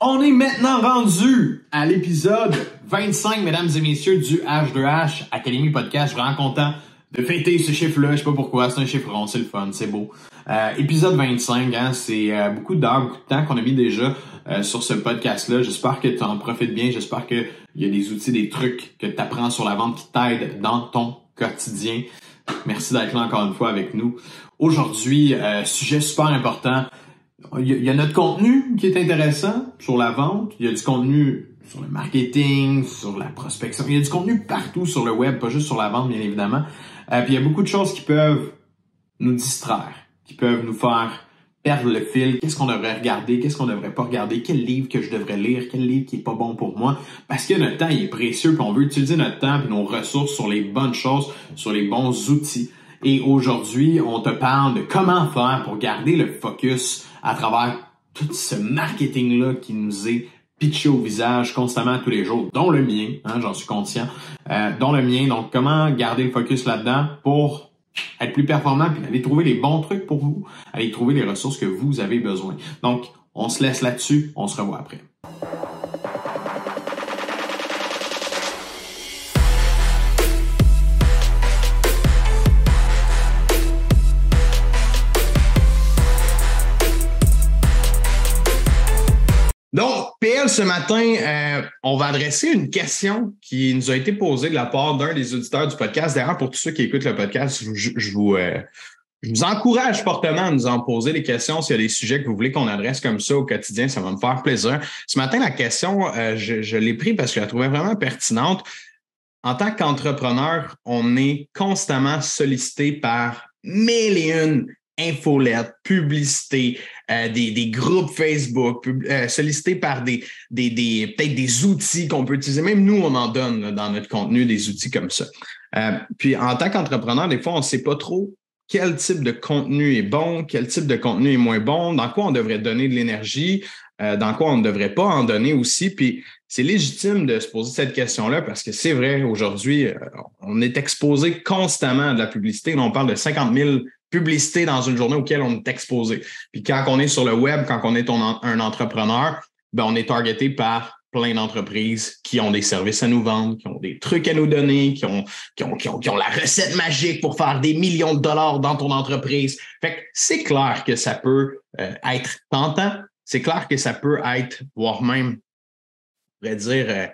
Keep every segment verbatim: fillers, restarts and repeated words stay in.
On est maintenant rendu à l'épisode vingt-cinq, mesdames et messieurs, du H deux H Academy Podcast. Je suis vraiment content de fêter ce chiffre-là. Je sais pas pourquoi, c'est un chiffre rond, c'est le fun, c'est beau. Euh, épisode vingt-cinq, hein, c'est euh, beaucoup d'heures, beaucoup de temps qu'on a mis déjà euh, sur ce podcast-là. J'espère que tu en profites bien. J'espère qu'il y a des outils, des trucs que tu apprends sur la vente qui t'aident dans ton quotidien. Merci d'être là encore une fois avec nous. Aujourd'hui, euh, sujet super important. Il y, a, il y a notre contenu qui est intéressant sur la vente. Il y a du contenu sur le marketing, sur la prospection. Il y a du contenu partout sur le web, pas juste sur la vente, bien évidemment. Euh, puis il y a beaucoup de choses qui peuvent nous distraire, qui peuvent nous faire perdre le fil. Qu'est-ce qu'on devrait regarder? Qu'est-ce qu'on devrait pas regarder? Quel livre que je devrais lire? Quel livre qui est pas bon pour moi? Parce que notre temps, il est précieux, puis on veut utiliser notre temps et nos ressources sur les bonnes choses, sur les bons outils. Et aujourd'hui, on te parle de comment faire pour garder le focus à travers tout ce marketing-là qui nous est pitché au visage constamment tous les jours, dont le mien, hein, j'en suis conscient, euh, dont le mien. Donc, comment garder le focus là-dedans pour être plus performant puis aller trouver les bons trucs pour vous, aller trouver les ressources que vous avez besoin. Donc, on se laisse là-dessus, on se revoit après. Donc, P L, ce matin, euh, on va adresser une question qui nous a été posée de la part d'un des auditeurs du podcast. D'ailleurs, pour tous ceux qui écoutent le podcast, je, je, vous, euh, je vous encourage fortement à nous en poser des questions. S'il y a des sujets que vous voulez qu'on adresse comme ça au quotidien, ça va me faire plaisir. Ce matin, la question, euh, je, je l'ai prise parce que je la trouvais vraiment pertinente. En tant qu'entrepreneur, on est constamment sollicité par mille et une infolettes, publicités, euh, des, des groupes Facebook, pub, euh, sollicités par des, des, des peut-être des outils qu'on peut utiliser. Même nous, on en donne là, dans notre contenu des outils comme ça. Euh, puis en tant qu'entrepreneur, des fois, on ne sait pas trop quel type de contenu est bon, quel type de contenu est moins bon, dans quoi on devrait donner de l'énergie, euh, dans quoi on ne devrait pas en donner aussi. Puis c'est légitime de se poser cette question-là parce que c'est vrai, aujourd'hui, euh, on est exposé constamment à de la publicité. Là, on parle de cinquante mille publicités dans une journée auquel on est exposé. Puis quand on est sur le web, quand on est un, un entrepreneur, ben on est targeté par plein d'entreprises qui ont des services à nous vendre, qui ont des trucs à nous donner, qui ont, qui ont, qui ont, qui ont la recette magique pour faire des millions de dollars dans ton entreprise. Fait que c'est clair que ça peut euh, être tentant. C'est clair que ça peut être, voire même, on pourrait dire, euh,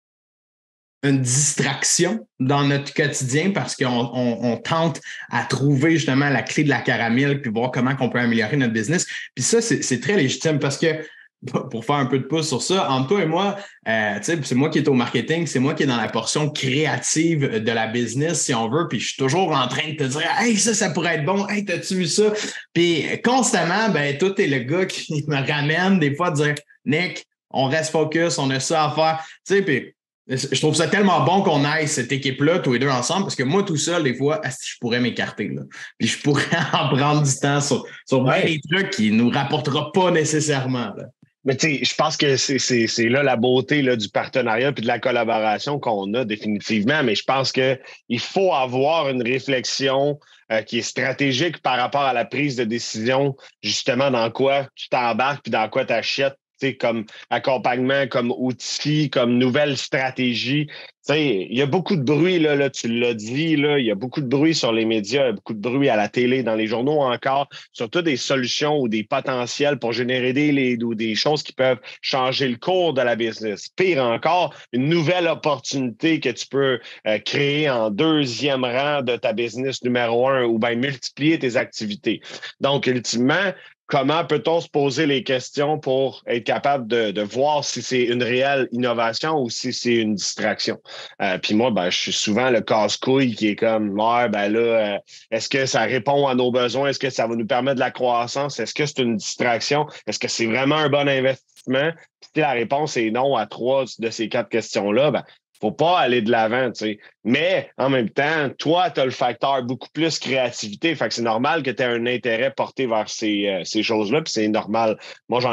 une distraction dans notre quotidien parce qu'on on, on tente à trouver justement la clé de la caramel puis voir comment on peut améliorer notre business. Puis ça, c'est, c'est très légitime parce que, pour faire un peu de pouce sur ça, entre toi et moi, euh, tu sais, c'est moi qui est au marketing, c'est moi qui est dans la portion créative de la business, si on veut, puis je suis toujours en train de te dire « Hey, ça, ça pourrait être bon. Hey, t'as-tu vu ça? » Puis constamment, ben toi, t'es le gars qui me ramène des fois à dire « Nick, on reste focus, on a ça à faire. » Tu sais, puis je trouve ça tellement bon qu'on aille cette équipe-là, tous les deux ensemble, parce que moi, tout seul, des fois, je pourrais m'écarter. Là. Puis je pourrais en prendre du temps sur, sur ouais. des trucs qui ne nous rapporteront pas nécessairement. Là. Mais tu sais, je pense que c'est, c'est, c'est là la beauté là, du partenariat puis de la collaboration qu'on a définitivement. Mais je pense que il faut avoir une réflexion euh, qui est stratégique par rapport à la prise de décision, justement, dans quoi tu t'embarques puis dans quoi tu achètes. Comme accompagnement, comme outil, comme nouvelle stratégie. Il y a beaucoup de bruit, là, là, tu l'as dit, là, il y a beaucoup de bruit sur les médias, il y a beaucoup de bruit à la télé, dans les journaux encore, surtout des solutions ou des potentiels pour générer des leads ou des choses qui peuvent changer le cours de la business. Pire encore, une nouvelle opportunité que tu peux euh, créer en deuxième rang de ta business numéro un ou bien multiplier tes activités. Donc, ultimement, comment peut-on se poser les questions pour être capable de, de voir si c'est une réelle innovation ou si c'est une distraction? Euh, Puis moi, ben, je suis souvent le casse-couille qui est comme, ouais, ben là, euh, est-ce que ça répond à nos besoins? Est-ce que ça va nous permettre de la croissance? Est-ce que c'est une distraction? Est-ce que c'est vraiment un bon investissement? Puis si la réponse est non à trois de ces quatre questions-là, ben, faut pas aller de l'avant, tu sais. Mais en même temps, toi, tu as le facteur beaucoup plus créativité. Fait que c'est normal que tu aies un intérêt porté vers ces, euh, ces choses-là, puis c'est normal. Moi, j'en ai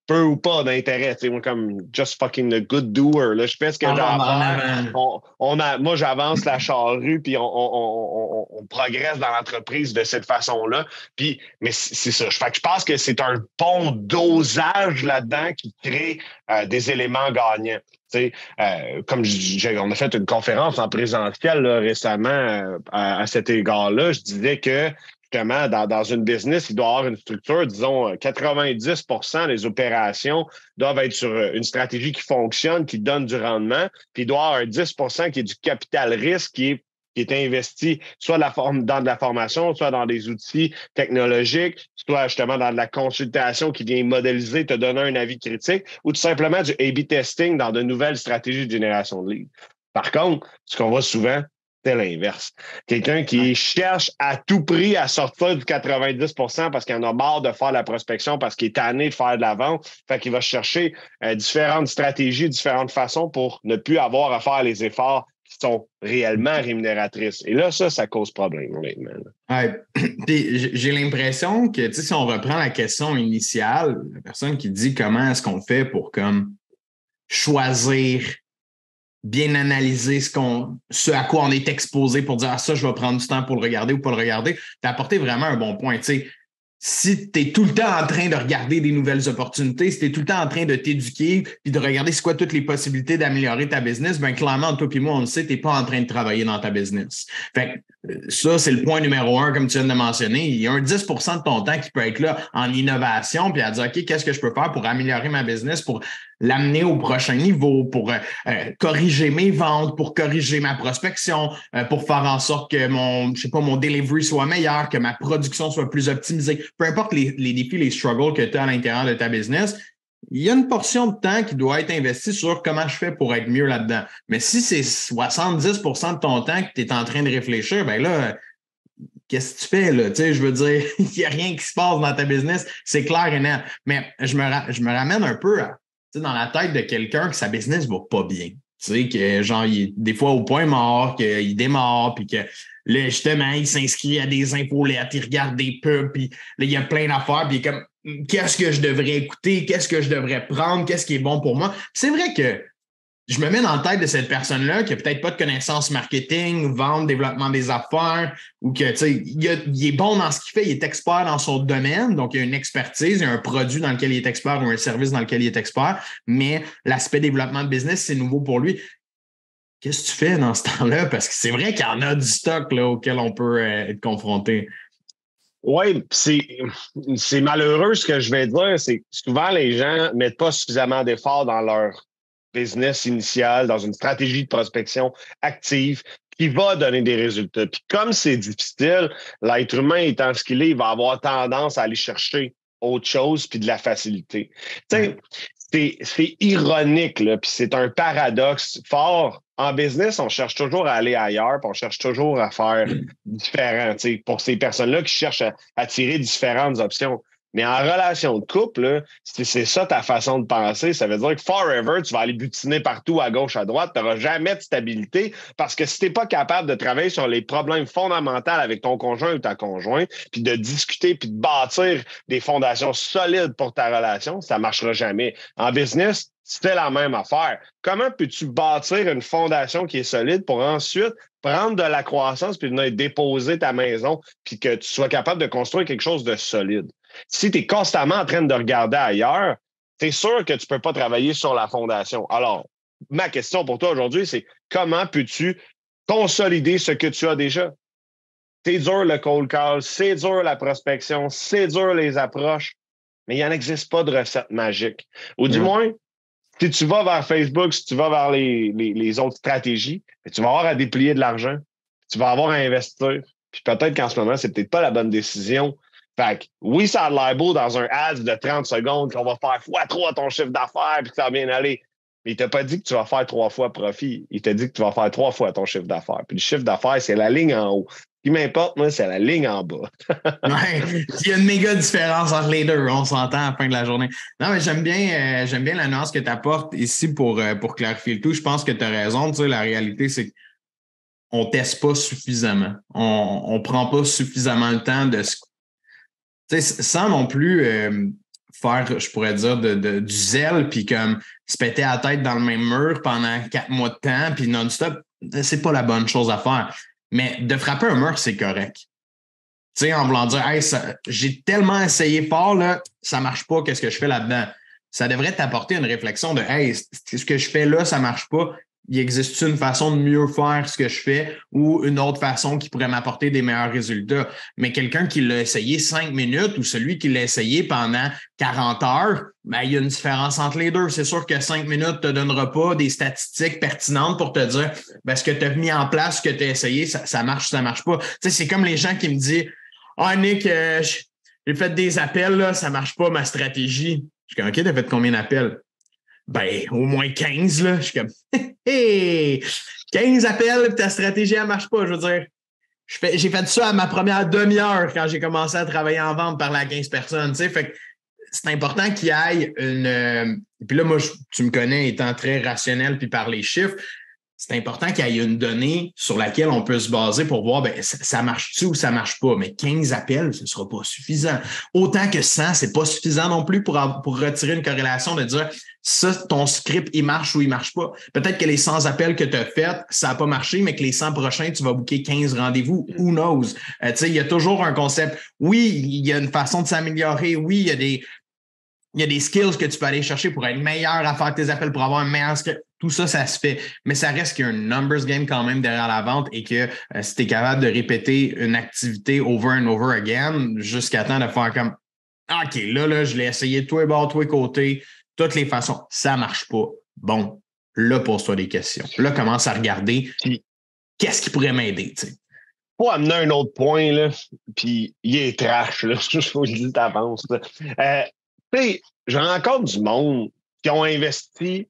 peu ou pas d'intérêt. Tu sais, moi, comme just fucking the good doer. Là, je fais ce que j'ai à faire. On, on a, moi, j'avance la charrue, puis on, on, on, on, on progresse dans l'entreprise de cette façon-là. Puis, mais c'est ça. Fait que je pense que c'est un bon dosage là-dedans qui crée euh, des éléments gagnants. Tu sais, euh, comme j'ai, on a fait une conférence en présentiel là, récemment euh, à, à cet égard-là, je disais que justement, dans, dans une business, il doit y avoir une structure, disons, quatre-vingt-dix pour cent des opérations doivent être sur une stratégie qui fonctionne, qui donne du rendement, puis il doit y avoir un dix pour cent qui est du capital risque qui est qui est investi soit de la forme, dans de la formation, soit dans des outils technologiques, soit justement dans de la consultation qui vient modéliser, te donner un avis critique, ou tout simplement du A B testing dans de nouvelles stratégies de génération de leads. Par contre, ce qu'on voit souvent, c'est l'inverse. Quelqu'un qui cherche à tout prix à sortir du quatre-vingt-dix pour cent parce qu'il en a marre de faire la prospection, parce qu'il est tanné de faire de la vente, fait qu'il va chercher euh, différentes stratégies, différentes façons pour ne plus avoir à faire les efforts qui sont réellement rémunératrices. Et là, ça, ça cause problème, honnêtement. Ouais. J'ai l'impression que, tu sais, si on reprend la question initiale, la personne qui dit comment est-ce qu'on fait pour comme choisir, bien analyser ce qu'on, ce à quoi on est exposé pour dire ah, ça, je vais prendre du temps pour le regarder ou pas le regarder, tu as apporté vraiment un bon point. Tu sais, si tu es tout le temps en train de regarder des nouvelles opportunités, si tu es tout le temps en train de t'éduquer puis de regarder c'est quoi toutes les possibilités d'améliorer ta business, bien clairement, toi et moi, on le sait, tu n'es pas en train de travailler dans ta business. Fait que ça, c'est le point numéro un, comme tu viens de mentionner. Il y a un dix pour cent de ton temps qui peut être là en innovation puis à dire OK, qu'est-ce que je peux faire pour améliorer ma business, pour l'amener au prochain niveau, pour euh, corriger mes ventes, pour corriger ma prospection, euh, pour faire en sorte que mon, je sais pas, mon delivery soit meilleur, que ma production soit plus optimisée. Peu importe les, les défis, les struggles que tu as à l'intérieur de ta business, il y a une portion de temps qui doit être investie sur comment je fais pour être mieux là-dedans. Mais si c'est soixante-dix pour cent de ton temps que tu es en train de réfléchir, ben là, qu'est-ce que tu fais là? Tu sais, je veux dire, il n'y a rien qui se passe dans ta business, c'est clair et net. Mais je me, je me ramène un peu à, dans la tête de quelqu'un que sa business va pas bien. Tu sais, que genre, il est des fois au point mort, qu'il démarre, puis que là, justement, il s'inscrit à des infolettes, il regarde des pubs, puis là, il y a plein d'affaires, puis il est comme, qu'est-ce que je devrais écouter? Qu'est-ce que je devrais prendre? Qu'est-ce qui est bon pour moi? Puis c'est vrai que je me mets dans la tête de cette personne-là qui n'a peut-être pas de connaissances marketing, vente, développement des affaires, ou que, tu sais, il, il est bon dans ce qu'il fait, il est expert dans son domaine, donc il y a une expertise, il y a un produit dans lequel il est expert ou un service dans lequel il est expert, mais l'aspect développement de business, c'est nouveau pour lui. Qu'est-ce que tu fais dans ce temps-là? Parce que c'est vrai qu'il y en a du stock là, auquel on peut euh, être confronté. Oui, c'est, c'est malheureux ce que je vais dire, c'est que souvent les gens ne mettent pas suffisamment d'efforts dans leur business initial, dans une stratégie de prospection active qui va donner des résultats. Puis comme c'est difficile, l'être humain étant ce qu'il est, il va avoir tendance à aller chercher autre chose puis de la facilité. Tu sais, c'est, c'est ironique, là, puis c'est un paradoxe fort. En business, on cherche toujours à aller ailleurs, puis on cherche toujours à faire différent, tu sais, pour ces personnes-là qui cherchent à, à tirer différentes options. Mais en relation de couple, là, si c'est ça ta façon de penser, ça veut dire que forever, tu vas aller butiner partout à gauche, à droite, tu n'auras jamais de stabilité parce que si tu n'es pas capable de travailler sur les problèmes fondamentaux avec ton conjoint ou ta conjointe, puis de discuter, puis de bâtir des fondations solides pour ta relation, ça ne marchera jamais. En business, c'est la même affaire. Comment peux-tu bâtir une fondation qui est solide pour ensuite prendre de la croissance puis venir déposer ta maison puis que tu sois capable de construire quelque chose de solide? Si tu es constamment en train de regarder ailleurs, c'est sûr que tu ne peux pas travailler sur la fondation. Alors, ma question pour toi aujourd'hui, c'est comment peux-tu consolider ce que tu as déjà? C'est dur le cold call, c'est dur la prospection, c'est dur les approches, mais il n'existe pas de recette magique. Ou du mmh. moins, si tu vas vers Facebook, si tu vas vers les, les, les autres stratégies, tu vas avoir à déplier de l'argent, tu vas avoir à investir. Puis peut-être qu'en ce moment, c'est peut-être pas la bonne décision. Fait que oui, ça a l'air beau dans un ad de trente secondes qu'on va faire fois trois ton chiffre d'affaires puis que ça va bien aller. Mais il t'a pas dit que tu vas faire trois fois profit. Il t'a dit que tu vas faire trois fois ton chiffre d'affaires. Puis le chiffre d'affaires, c'est la ligne en haut. Ce qui m'importe, moi, c'est la ligne en bas. Ouais, il y a une méga différence entre les deux. On s'entend à la fin de la journée. Non, mais j'aime bien, euh, j'aime bien la nuance que tu apportes ici pour, euh, pour clarifier le tout. Je pense que tu as raison. Tu sais, la réalité, c'est qu'on ne teste pas suffisamment. On ne prend pas suffisamment le temps de se... Tu sais, sans non plus euh, faire, je pourrais dire, de, de, du zèle, puis comme se péter la tête dans le même mur pendant quatre mois de temps, puis non-stop, c'est pas la bonne chose à faire. Mais de frapper un mur, c'est correct. Tu sais, en voulant dire, hey, ça, j'ai tellement essayé fort, là, ça marche pas, qu'est-ce que je fais là-dedans? Ça devrait t'apporter une réflexion de, hey, ce que je fais là, ça marche pas. Il existe une façon de mieux faire ce que je fais ou une autre façon qui pourrait m'apporter des meilleurs résultats? Mais quelqu'un qui l'a essayé cinq minutes ou celui qui l'a essayé pendant quarante heures, ben, il y a une différence entre les deux. C'est sûr que cinq minutes ne te donnera pas des statistiques pertinentes pour te dire, ben, ce que tu as mis en place, ce que tu as essayé, ça, ça marche ou ça marche pas. Tu sais, c'est comme les gens qui me disent, ah, Nick, euh, j'ai fait des appels, là, ça marche pas ma stratégie. Je suis comme, OK, t'as fait combien d'appels? Ben, au moins quinze, là. Je suis comme, hé, quinze appels, ta stratégie, elle marche pas. Je veux dire, je fais, j'ai fait ça à ma première demi-heure quand j'ai commencé à travailler en vente par la quinze personnes, tu sais. Fait que c'est important qu'il y ait une. Euh, puis là, moi, je, tu me connais étant très rationnel puis par les chiffres. C'est important qu'il y ait une donnée sur laquelle on peut se baser pour voir ben, ça, ça marche-tu ou ça marche pas. Mais quinze appels, ce ne sera pas suffisant. Autant que cent, c'est pas suffisant non plus pour, pour retirer une corrélation de dire ça, ton script, il marche ou il marche pas. Peut-être que les cent appels que tu as faits, ça n'a pas marché, mais que les cent prochains, tu vas booker quinze rendez-vous. Who knows? Euh, tu sais, il y a toujours un concept. Oui, il y a une façon de s'améliorer. Oui, il y a des. Il y a des skills que tu peux aller chercher pour être meilleur à faire tes appels, pour avoir un meilleur script. Tout ça, ça se fait. Mais ça reste qu'il y a un numbers game quand même derrière la vente et que euh, si tu es capable de répéter une activité over and over again jusqu'à temps de faire comme OK, là, là, je l'ai essayé de tous les bords, tous les côtés, toutes les façons. Ça marche pas. Bon, là, pose-toi des questions. Là, commence à regarder qu'est-ce qui pourrait m'aider, tu sais. Pour amener un autre point, là, puis il est trash, là, je vous le dis d'avance. Euh, tu sais, je rencontre du monde qui ont investi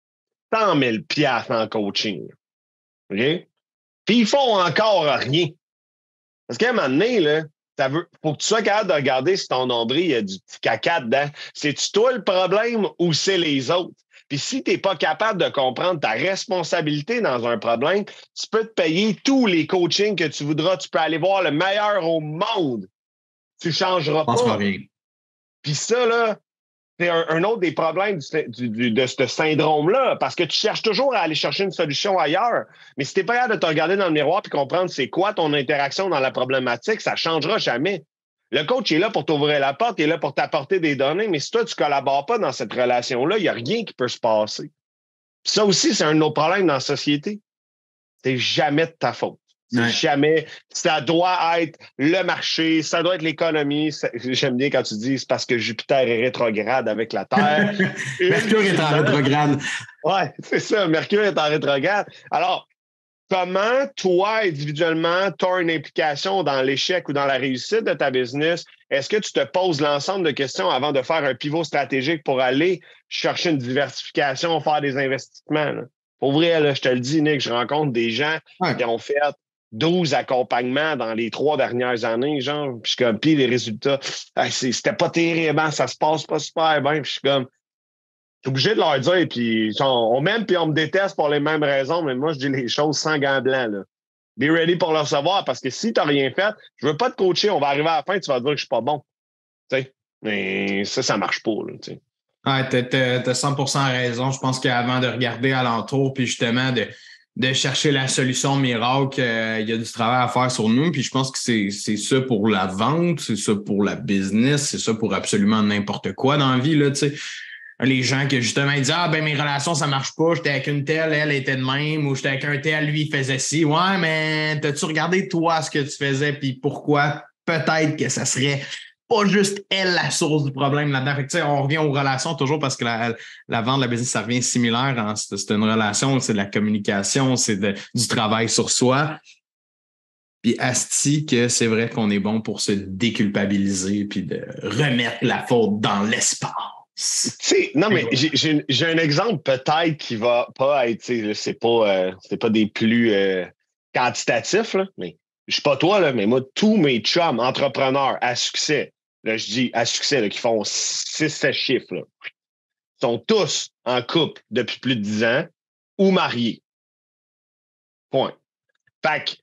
cent mille piastres en coaching. OK? Puis ils font encore rien. Parce qu'à un moment donné, là, ça veut, faut que tu sois capable de regarder si ton nombril, il y a du petit caca dedans. C'est-tu toi le problème ou c'est les autres? Puis si tu n'es pas capable de comprendre ta responsabilité dans un problème, tu peux te payer tous les coachings que tu voudras. Tu peux aller voir le meilleur au monde. Tu ne changeras pas. pas rien. Puis ça, là, c'est un, un autre des problèmes du, du, de ce syndrome-là, parce que tu cherches toujours à aller chercher une solution ailleurs. Mais si tu n'es pas capable de te regarder dans le miroir et comprendre c'est quoi ton interaction dans la problématique, ça ne changera jamais. Le coach est là pour t'ouvrir la porte, il est là pour t'apporter des données, mais si toi, tu ne collabores pas dans cette relation-là, il n'y a rien qui peut se passer. Puis ça aussi, c'est un autre problème dans la société. C'est jamais de ta faute. C'est ouais. Jamais. Ça doit être le marché, ça doit être l'économie. Ça, j'aime bien quand tu dis c'est parce que Jupiter est rétrograde avec la Terre. Mercure est en rétrograde. Oui, c'est ça. Mercure est en rétrograde. Alors, comment toi, individuellement, tu as une implication dans l'échec ou dans la réussite de ta business? Est-ce que tu te poses l'ensemble de questions avant de faire un pivot stratégique pour aller chercher une diversification, faire des investissements? Là? Pour vrai, là, je te le dis, Nick, je rencontre des gens ouais. qui ont fait douze accompagnements dans les trois dernières années, genre, puis je suis comme, puis les résultats, hey, c'était pas terrible, hein, ça se passe pas super bien, puis je suis comme, je suis obligé de leur dire, puis genre, on m'aime, puis on me déteste pour les mêmes raisons, mais moi, je dis les choses sans gants blancs, là. Be ready pour le recevoir, parce que si t'as rien fait, je veux pas te coacher, on va arriver à la fin, tu vas te dire que je suis pas bon, tu sais, mais ça, ça marche pas, là, tu sais. Ouais, t'as, t'as, t'as cent pour cent raison, je pense qu'avant de regarder alentour, puis justement, de de chercher la solution miracle, euh, il y a du travail à faire sur nous, puis je pense que c'est c'est ça pour la vente, c'est ça pour la business, c'est ça pour absolument n'importe quoi dans la vie, là, tu sais. Les gens qui justement ils disent ah ben mes relations ça marche pas, j'étais avec une telle, elle était de même, ou j'étais avec un tel, lui il faisait ci. Ouais, mais t'as-tu regardé toi ce que tu faisais, puis pourquoi peut-être que ça serait pas juste elle la source du problème là-dedans. Fait que, tu sais, on revient aux relations toujours parce que la, la vente, la business, ça revient similaire. Hein? C'est, c'est une relation, c'est de la communication, c'est de, du travail sur soi. Puis asti que c'est vrai qu'on est bon pour se déculpabiliser puis de remettre la faute dans l'espace. Tu sais, non, mais j'ai, j'ai, j'ai un exemple peut-être qui va pas être, tu sais, c'est pas, euh, c'est pas des plus euh, quantitatifs, là, mais je suis pas toi, là, mais moi, tous mes chums entrepreneurs à succès, là, je dis à succès, là, qui font six sept chiffres, là, sont tous en couple depuis plus de dix ans ou mariés. Point. Fait que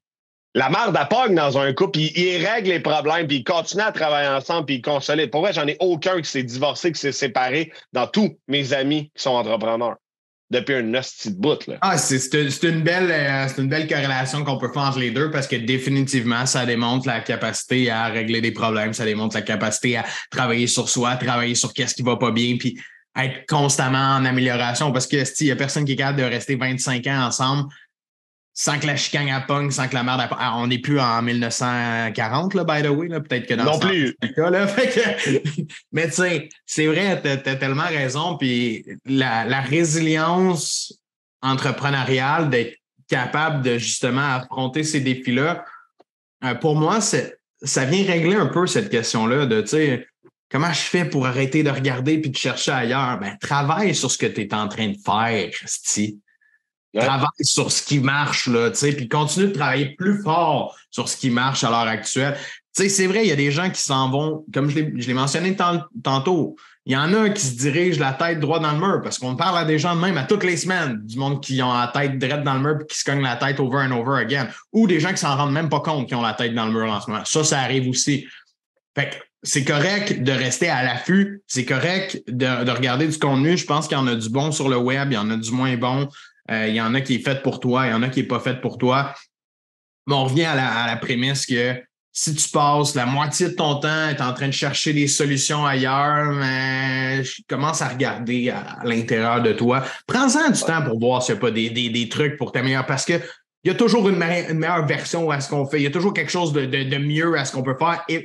la merde à pogne dans un couple, ils, ils règlent les problèmes, puis ils continuent à travailler ensemble, puis ils consolident. Pour vrai, j'en ai aucun qui s'est divorcé, qui s'est séparé dans tous mes amis qui sont entrepreneurs depuis une hostie de bout. Là. Ah, c'est, c'est, c'est, une belle, euh, c'est une belle corrélation qu'on peut faire entre les deux parce que définitivement, ça démontre la capacité à régler des problèmes, ça démontre la capacité à travailler sur soi, travailler sur qu'est-ce qui va pas bien, puis être constamment en amélioration parce que il y a personne qui est capable de rester vingt-cinq ans ensemble sans que la chicane à pogne, sans que la merde à pogne. Ah, on n'est plus en mille neuf cent quarante, là, by the way. Là. Peut-être que dans non ce plus. cas, là, fait que... Mais tu sais, c'est vrai, t'as, t'as tellement raison. Puis la, la résilience entrepreneuriale d'être capable de justement affronter ces défis-là, euh, pour moi, c'est, ça vient régler un peu cette question-là de, tu sais, comment je fais pour arrêter de regarder puis de chercher ailleurs? Ben, travaille sur ce que tu es en train de faire, Christy. Ouais. Travaille sur ce qui marche, là, tu sais, puis continue de travailler plus fort sur ce qui marche à l'heure actuelle. Tu sais, c'est vrai, il y a des gens qui s'en vont, comme je l'ai, je l'ai mentionné tant, tantôt, il y en a qui se dirigent la tête droit dans le mur parce qu'on parle à des gens de même à toutes les semaines, du monde qui ont la tête droite dans le mur et qui se cognent la tête over and over again, ou des gens qui s'en rendent même pas compte qui ont la tête dans le mur en ce moment. Ça, ça arrive aussi. Fait que c'est correct de rester à l'affût, c'est correct de, de regarder du contenu. Je pense qu'il y en a du bon sur le web, il y en a du moins bon. Euh, il y en a qui est fait pour toi, il y en a qui n'est pas fait pour toi. Mais on revient à la, à la prémisse que si tu passes la moitié de ton temps à être en train de chercher des solutions ailleurs, mais je commence à regarder à, à l'intérieur de toi. Prends-en du temps pour voir s'il n'y a pas des, des, des trucs pour t'améliorer parce que il y a toujours une, me- une meilleure version à ce qu'on fait. Il y a toujours quelque chose de, de, de mieux à ce qu'on peut faire. Et,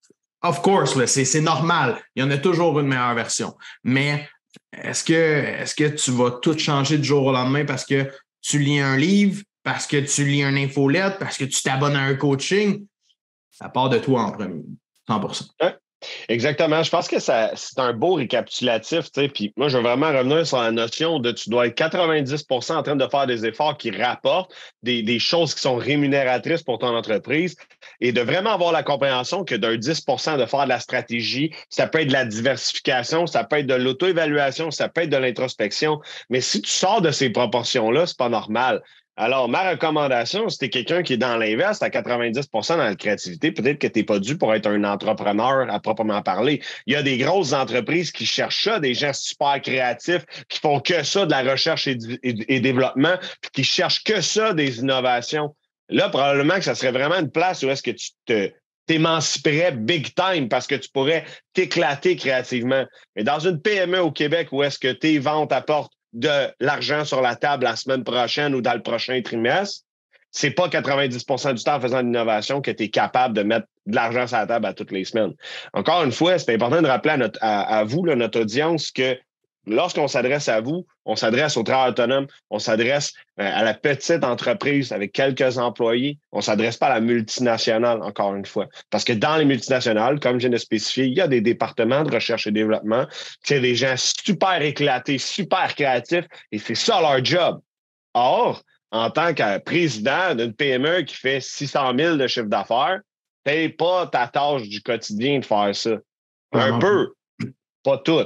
of course, là, c'est, c'est normal. Il y en a toujours une meilleure version. Mais Est-ce que, est-ce que tu vas tout changer du jour au lendemain parce que tu lis un livre, parce que tu lis un infolette, parce que tu t'abonnes à un coaching? Ça part de toi en premier, cent pour cent. Ouais, exactement. Je pense que ça, c'est un beau récapitulatif. Tu sais. Puis moi, je veux vraiment revenir sur la notion de tu dois être quatre-vingt-dix pour cent en train de faire des efforts qui rapportent, des, des choses qui sont rémunératrices pour ton entreprise et de vraiment avoir la compréhension que d'un dix pour cent de faire de la stratégie, ça peut être de la diversification, ça peut être de l'auto-évaluation, ça peut être de l'introspection. Mais si tu sors de ces proportions-là, c'est pas normal. Alors, ma recommandation, si tu es quelqu'un qui est dans l'inverse à quatre-vingt-dix pour cent dans la créativité, peut-être que tu n'es pas dû pour être un entrepreneur à proprement parler. Il y a des grosses entreprises qui cherchent ça, des gens super créatifs qui font que ça de la recherche et, et, et développement, puis qui cherchent que ça des innovations. Là, probablement que ça serait vraiment une place où est-ce que tu te t'émanciperais big time parce que tu pourrais t'éclater créativement. Mais dans une P M E au Québec où est-ce que tes ventes apportent de l'argent sur la table la semaine prochaine ou dans le prochain trimestre, c'est pas quatre-vingt-dix pour cent du temps en faisant de l'innovation que tu es capable de mettre de l'argent sur la table à toutes les semaines. Encore une fois, c'est important de rappeler à, notre, à, à vous, là, notre audience, que lorsqu'on s'adresse à vous, on s'adresse au travail autonome, on s'adresse à la petite entreprise avec quelques employés, on ne s'adresse pas à la multinationale, encore une fois. Parce que dans les multinationales, comme je viens de spécifier, il y a des départements de recherche et développement, c'est des gens super éclatés, super créatifs, et c'est ça leur job. Or, en tant que président d'une P M E qui fait six cent mille de chiffre d'affaires, tu n'as pas ta tâche du quotidien de faire ça. Un ah, peu, pas tout.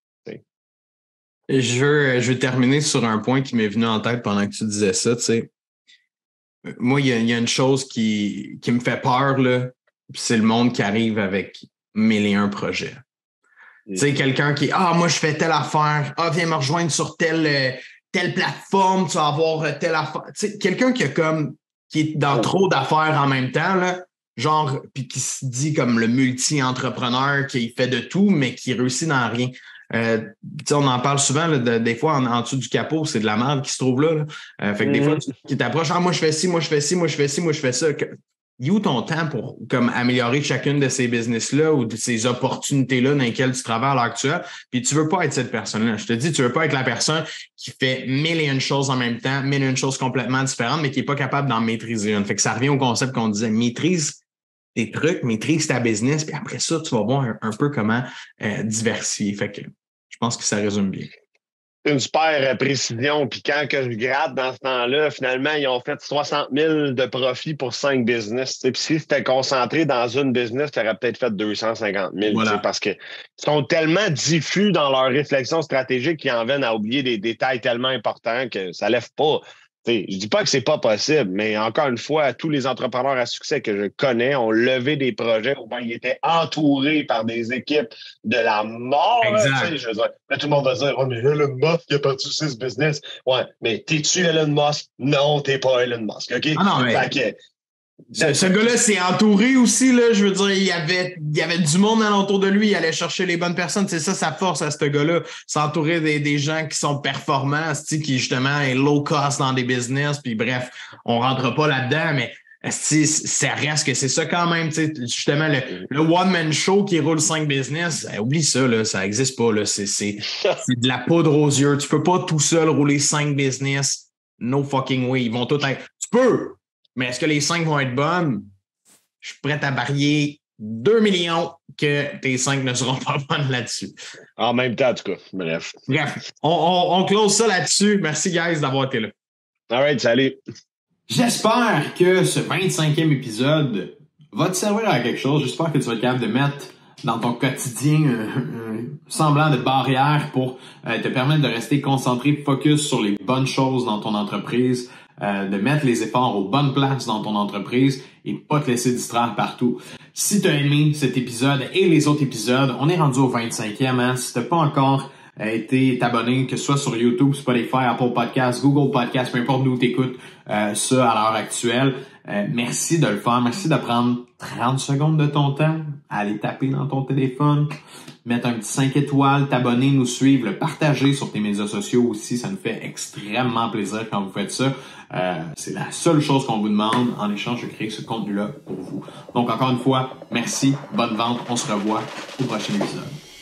Je veux, je veux terminer sur un point qui m'est venu en tête pendant que tu disais ça. Tu sais. Moi, il y a, il y a une chose qui, qui me fait peur, là, c'est le monde qui arrive avec mille et un projets. Tu sais, quelqu'un qui, ah, moi, je fais telle affaire, ah, viens me rejoindre sur telle, telle plateforme, tu vas avoir telle affaire. Tu sais, quelqu'un qui a comme, qui est dans trop d'affaires en même temps, là, genre, puis qui se dit comme le multi-entrepreneur, qui fait de tout, mais qui réussit dans rien. Euh, on en parle souvent, là, de, des fois en, en dessous du capot, c'est de la merde qui se trouve là. là. Euh, fait que mm-hmm. des fois, tu qui t'approches, ah, moi je fais ci, moi je fais ci, moi je fais ci, moi je fais ça. Il y a où ton temps pour comme améliorer chacune de ces business-là ou de ces opportunités-là dans lesquelles tu travailles à l'heure actuelle? Puis tu veux pas être cette personne-là. Je te dis, tu veux pas être la personne qui fait mille et une choses en même temps, mille et une choses complètement différentes, mais qui est pas capable d'en maîtriser une. Fait que ça revient au concept qu'on disait, maîtrise tes trucs, maîtrise ta business, puis après ça, tu vas voir un, un peu comment euh, diversifier. Fait que je pense que ça résume bien. Une super précision. Puis quand que je gratte dans ce temps-là, finalement, ils ont fait soixante mille de profit pour cinq business. Puis si c'était concentré dans une business, tu aurais peut-être fait deux cent cinquante mille. Voilà. Parce qu'ils sont tellement diffus dans leur réflexion stratégique qu'ils en viennent à oublier des détails tellement importants que ça lève pas. T'sais, je dis pas que c'est pas possible, mais encore une fois, tous les entrepreneurs à succès que je connais ont levé des projets où ben, ils étaient entourés par des équipes de la mort. Là, je veux dire, là, tout le monde va dire oh, mais Elon Musk il a parti ce business. Ouais, mais t'es-tu Elon Musk? Non, t'es pas Elon Musk. OK? Ah non, mais... Fait que, Ce, ce gars-là s'est entouré aussi, là. Je veux dire, il y avait, il y avait du monde alentour de lui. Il allait chercher les bonnes personnes. C'est ça sa force à ce gars-là. S'entourer des, des gens qui sont performants, qui justement est low cost dans des business. Puis bref, on rentre pas là-dedans, mais ça reste que c'est ça quand même. Justement, le, le one-man show qui roule cinq business, eh, oublie ça, là, ça n'existe pas. Là. C'est, c'est, c'est de la poudre aux yeux. Tu peux pas tout seul rouler cinq business. No fucking way. Ils vont tout être. Tu peux! Mais est-ce que les cinq vont être bonnes? Je suis prêt à parier deux millions que tes cinq ne seront pas bonnes là-dessus. En même temps, en tout cas. Bref. Bref, on, on, on close ça là-dessus. Merci, guys, d'avoir été là. All right, salut. J'espère que ce vingt-cinquième épisode va te servir à quelque chose. J'espère que tu vas être capable de mettre dans ton quotidien un, un semblant de barrière pour euh, te permettre de rester concentré, focus sur les bonnes choses dans ton entreprise, euh, de mettre les efforts aux bonnes places dans ton entreprise et pas te laisser distraire partout. Si tu as aimé cet épisode et les autres épisodes, on est rendu au vingt-cinquième. Hein? Si tu n'as pas encore euh, été abonné, que ce soit sur YouTube, Spotify, Apple Podcasts, Google Podcasts, peu importe d'où tu écoutes euh, ça à l'heure actuelle, Euh, merci de le faire. Merci de prendre trente secondes de ton temps à aller taper dans ton téléphone, mettre un petit cinq étoiles, t'abonner, nous suivre, le partager sur tes médias sociaux aussi. Ça nous fait extrêmement plaisir quand vous faites ça. Euh, c'est la seule chose qu'on vous demande en échange de créer ce contenu-là pour vous. Donc, encore une fois, merci, bonne vente. On se revoit au prochain épisode.